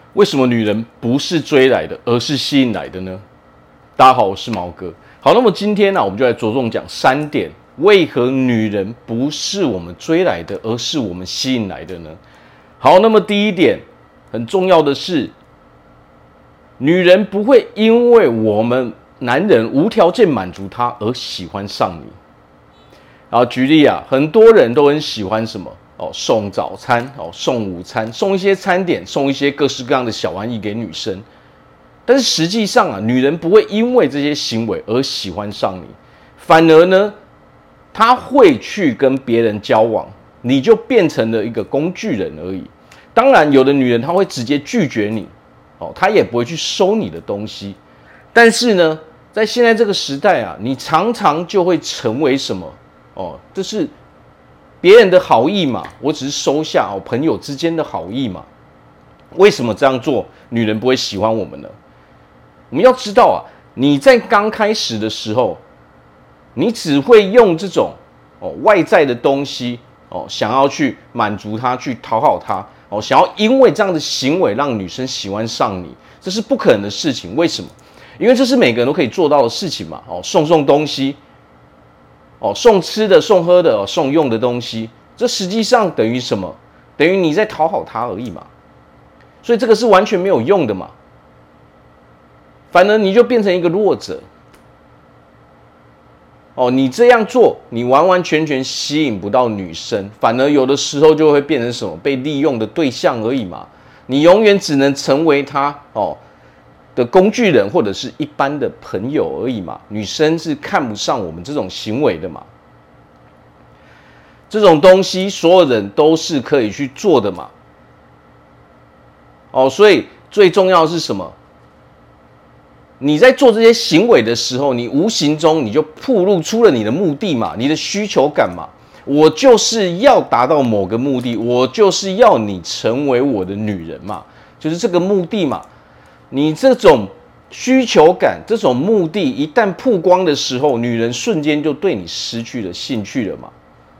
为什么女人不是追来的，而是吸引来的呢？大家好，我是毛哥。好，那么今天呢，我们就来着重讲3点，为何女人不是我们追来的，而是我们吸引来的呢？好，那么第一点很重要的是，女人不会因为我们男人无条件满足她而喜欢上你。然后举例啊，很多人都很喜欢什么？送早餐，送午餐，送一些餐点，送一些各式各样的小玩意给女生。但是实际上啊，女人不会因为这些行为而喜欢上你，反而呢，她会去跟别人交往，你就变成了一个工具人而已。当然，有的女人她会直接拒绝你，她也不会去收你的东西。但是呢，在现在这个时代啊，你常常就会成为什么？这是别人的好意嘛，我只是收下朋友之间的好意嘛。为什么这样做，女人不会喜欢我们呢？我们要知道啊，你在刚开始的时候，你只会用这种外在的东西想要去满足她，去讨好她想要因为这样的行为让女生喜欢上你，这是不可能的事情。为什么？因为这是每个人都可以做到的事情嘛。送东西。送吃的、送喝的、送用的东西，这实际上等于什么？等于你在讨好他而已嘛。所以这个是完全没有用的嘛。反而你就变成一个弱者。你这样做，你完完全全吸引不到女生，反而有的时候就会变成什么？被利用的对象而已嘛。你永远只能成为他的工具人或者是一般的朋友而已嘛，女生是看不上我们这种行为的嘛。这种东西所有人都是可以去做的嘛。所以最重要的是什么？你在做这些行为的时候，你无形中你就暴露出了你的目的嘛，你的需求感嘛。我就是要达到某个目的，我就是要你成为我的女人嘛，就是这个目的嘛。你这种需求感、这种目的一旦曝光的时候，女人瞬间就对你失去了兴趣了嘛。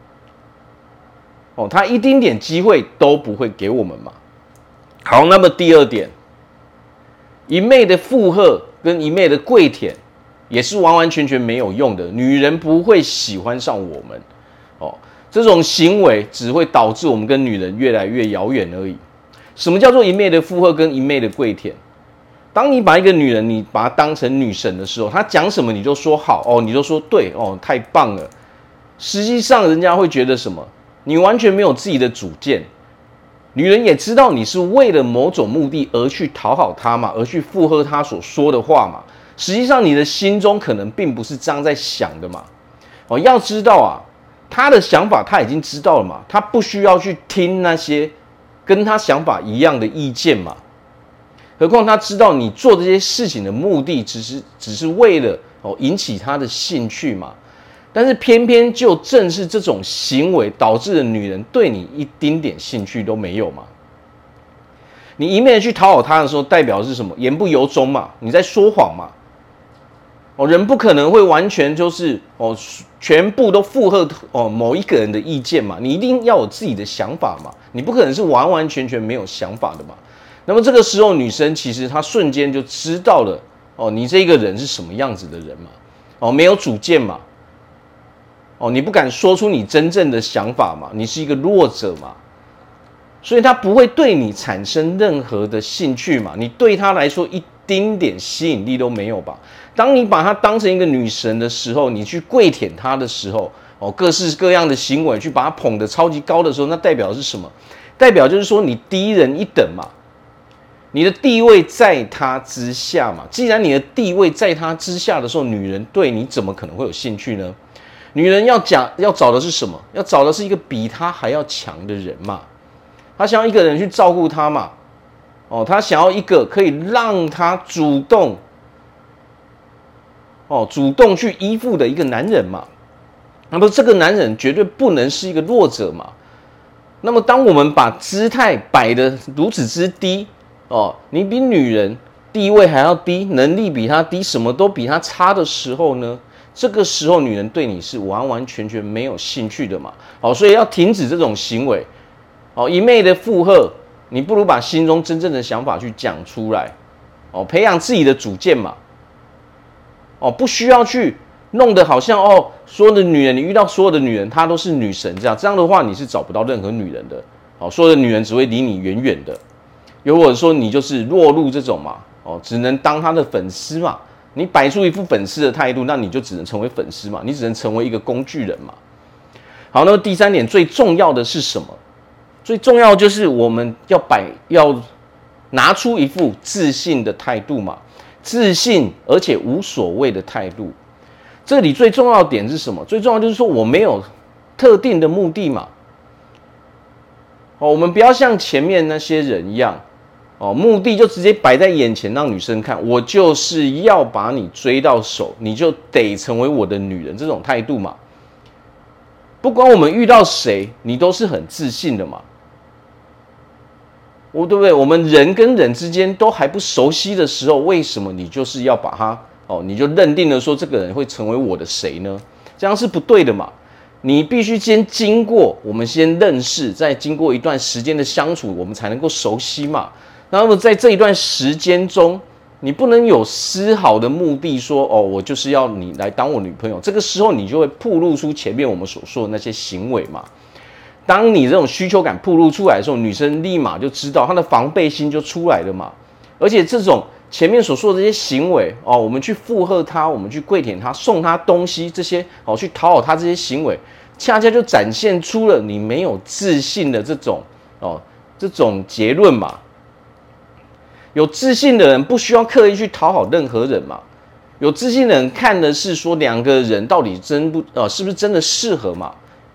她一丁点机会都不会给我们嘛。好，那么第二点，一昧的附和跟一昧的跪舔，也是完完全全没有用的。女人不会喜欢上我们，这种行为只会导致我们跟女人越来越遥远而已。什么叫做一昧的附和跟一昧的跪舔？当你把一个女人，你把她当成女神的时候，她讲什么你就说好你就说对太棒了。实际上人家会觉得什么？你完全没有自己的主见。女人也知道你是为了某种目的而去讨好她嘛，而去附和她所说的话嘛。实际上你的心中可能并不是这样在想的嘛。要知道啊，她的想法她已经知道了嘛，她不需要去听那些跟她想法一样的意见嘛。何况他知道你做这些事情的目的只是为了引起他的兴趣嘛，但是偏偏就正是这种行为导致了女人对你一丁点兴趣都没有嘛。你一面去讨好他的时候，代表是什么？言不由衷嘛，你在说谎嘛。人不可能会完全就是全部都附和某一个人的意见嘛，你一定要有自己的想法嘛，你不可能是完完全全没有想法的嘛。那么这个时候，女生其实她瞬间就知道了你这个人是什么样子的人嘛，没有主见嘛，你不敢说出你真正的想法嘛，你是一个弱者嘛，所以她不会对你产生任何的兴趣嘛，你对她来说一丁点吸引力都没有吧？当你把她当成一个女神的时候，你去跪舔她的时候，各式各样的行为去把她捧得超级高的时候，那代表的是什么？代表就是说你低人一等嘛。你的地位在他之下嘛，既然你的地位在他之下的时候，女人对你怎么可能会有兴趣呢？女人要找的是什么？要找的是一个比她还要强的人嘛。她想要一个人去照顾她嘛，她想要一个可以让她主动去依附的一个男人嘛。那么这个男人绝对不能是一个弱者嘛。那么当我们把姿态摆得如此之低，你比女人地位还要低，能力比她低，什么都比她差的时候呢，这个时候女人对你是完完全全没有兴趣的嘛。所以要停止这种行为，一昧的附和， 你不如把心中真正的想法去讲出来，哦，培养自己的主见嘛，哦，不需要去弄得好像哦，所有的女人，你遇到所有的女人，她都是女神这样的话，你是找不到任何女人的，哦，所有的女人只会离你远远的，又或者说你就是落入这种嘛，哦，只能当她的粉丝嘛，你摆出一副粉丝的态度，那你就只能成为粉丝嘛，你只能成为一个工具人嘛。好，那么第三点最重要的是什么？最重要就是我们要拿出一副自信的态度嘛，自信而且无所谓的态度。这里最重要的点是什么？最重要就是说我没有特定的目的嘛。哦，我们不要像前面那些人一样，哦，目的就直接摆在眼前让女生看，我就是要把你追到手，你就得成为我的女人，这种态度嘛。不管我们遇到谁，你都是很自信的嘛。对不对？我们人跟人之间都还不熟悉的时候，为什么你就是要把他你就认定了说这个人会成为我的谁呢？这样是不对的嘛。你必须先经过我们先认识，再经过一段时间的相处，我们才能够熟悉嘛。那么在这一段时间中，你不能有丝毫的目的说我就是要你来当我女朋友。这个时候你就会暴露出前面我们所说的那些行为嘛。当你这种需求感暴露出来的时候，女生立马就知道，她的防备心就出来了嘛。而且这种前面所说的这些行为我们去附和她，我们去跪舔她，送她东西，这些去讨好她这些行为，恰恰就展现出了你没有自信的这种结论嘛。有自信的人不需要刻意去讨好任何人嘛。有自信的人看的是说两个人到底是不是真的适合嘛。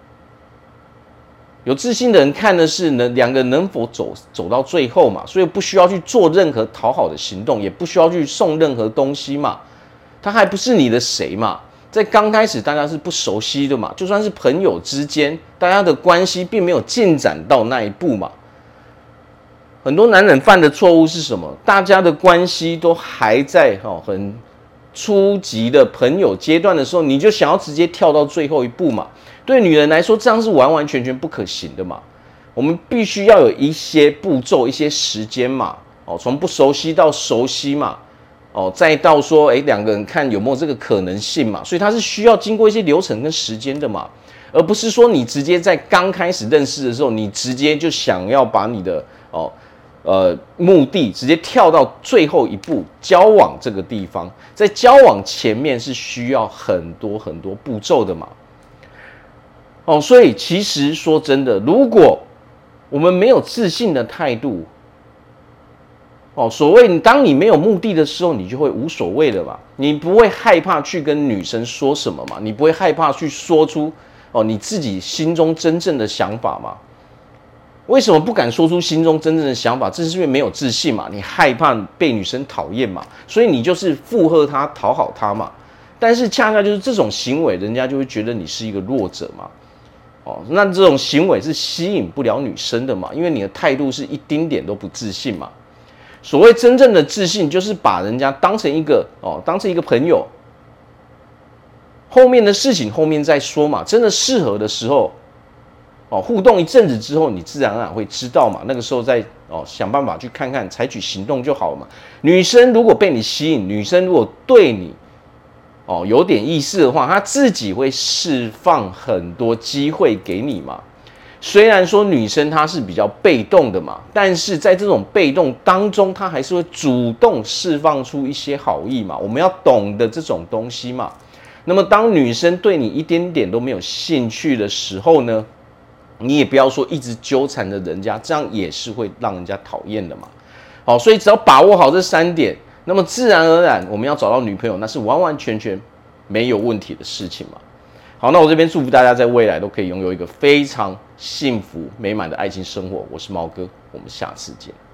有自信的人看的是两个人能否走到最后嘛，所以不需要去做任何讨好的行动，也不需要去送任何东西嘛，他还不是你的谁嘛，在刚开始大家是不熟悉的嘛，就算是朋友之间，大家的关系并没有进展到那一步嘛。很多男人犯的错误是什么？大家的关系都还在很初级的朋友阶段的时候，你就想要直接跳到最后一步嘛。对女人来说，这样是完完全全不可行的嘛。我们必须要有一些步骤、一些时间嘛。从不熟悉到熟悉嘛。再到说，两个人看有没有这个可能性嘛。所以它是需要经过一些流程跟时间的嘛，而不是说你直接在刚开始认识的时候，你直接就想要把你的目的直接跳到最后一步交往这个地方，在交往前面是需要很多很多步骤的嘛。所以其实说真的，如果我们没有自信的态度，所谓当你没有目的的时候，你就会无所谓了嘛，你不会害怕去跟女生说什么嘛，你不会害怕去说出你自己心中真正的想法嘛。为什么不敢说出心中真正的想法？这是因为没有自信嘛，你害怕被女生讨厌嘛，所以你就是附和她、讨好她嘛。但是恰恰就是这种行为，人家就会觉得你是一个弱者嘛。那这种行为是吸引不了女生的嘛，因为你的态度是一丁点都不自信嘛。所谓真正的自信，就是把人家当成一个朋友，后面的事情后面再说嘛。真的适合的时候，互动一阵子之后，你自然而然会知道嘛。那个时候再想办法去看看，采取行动就好了嘛。女生如果被你吸引，女生如果对你有点意思的话，她自己会释放很多机会给你嘛。虽然说女生她是比较被动的嘛，但是在这种被动当中，她还是会主动释放出一些好意嘛。我们要懂得这种东西嘛。那么当女生对你一点点都没有兴趣的时候呢，你也不要说一直纠缠着人家，这样也是会让人家讨厌的嘛。所以只要把握好这3点，那么自然而然我们要找到女朋友，那是完完全全没有问题的事情嘛。好，那我这边祝福大家在未来都可以拥有一个非常幸福美满的爱情生活。我是毛哥，我们下次见。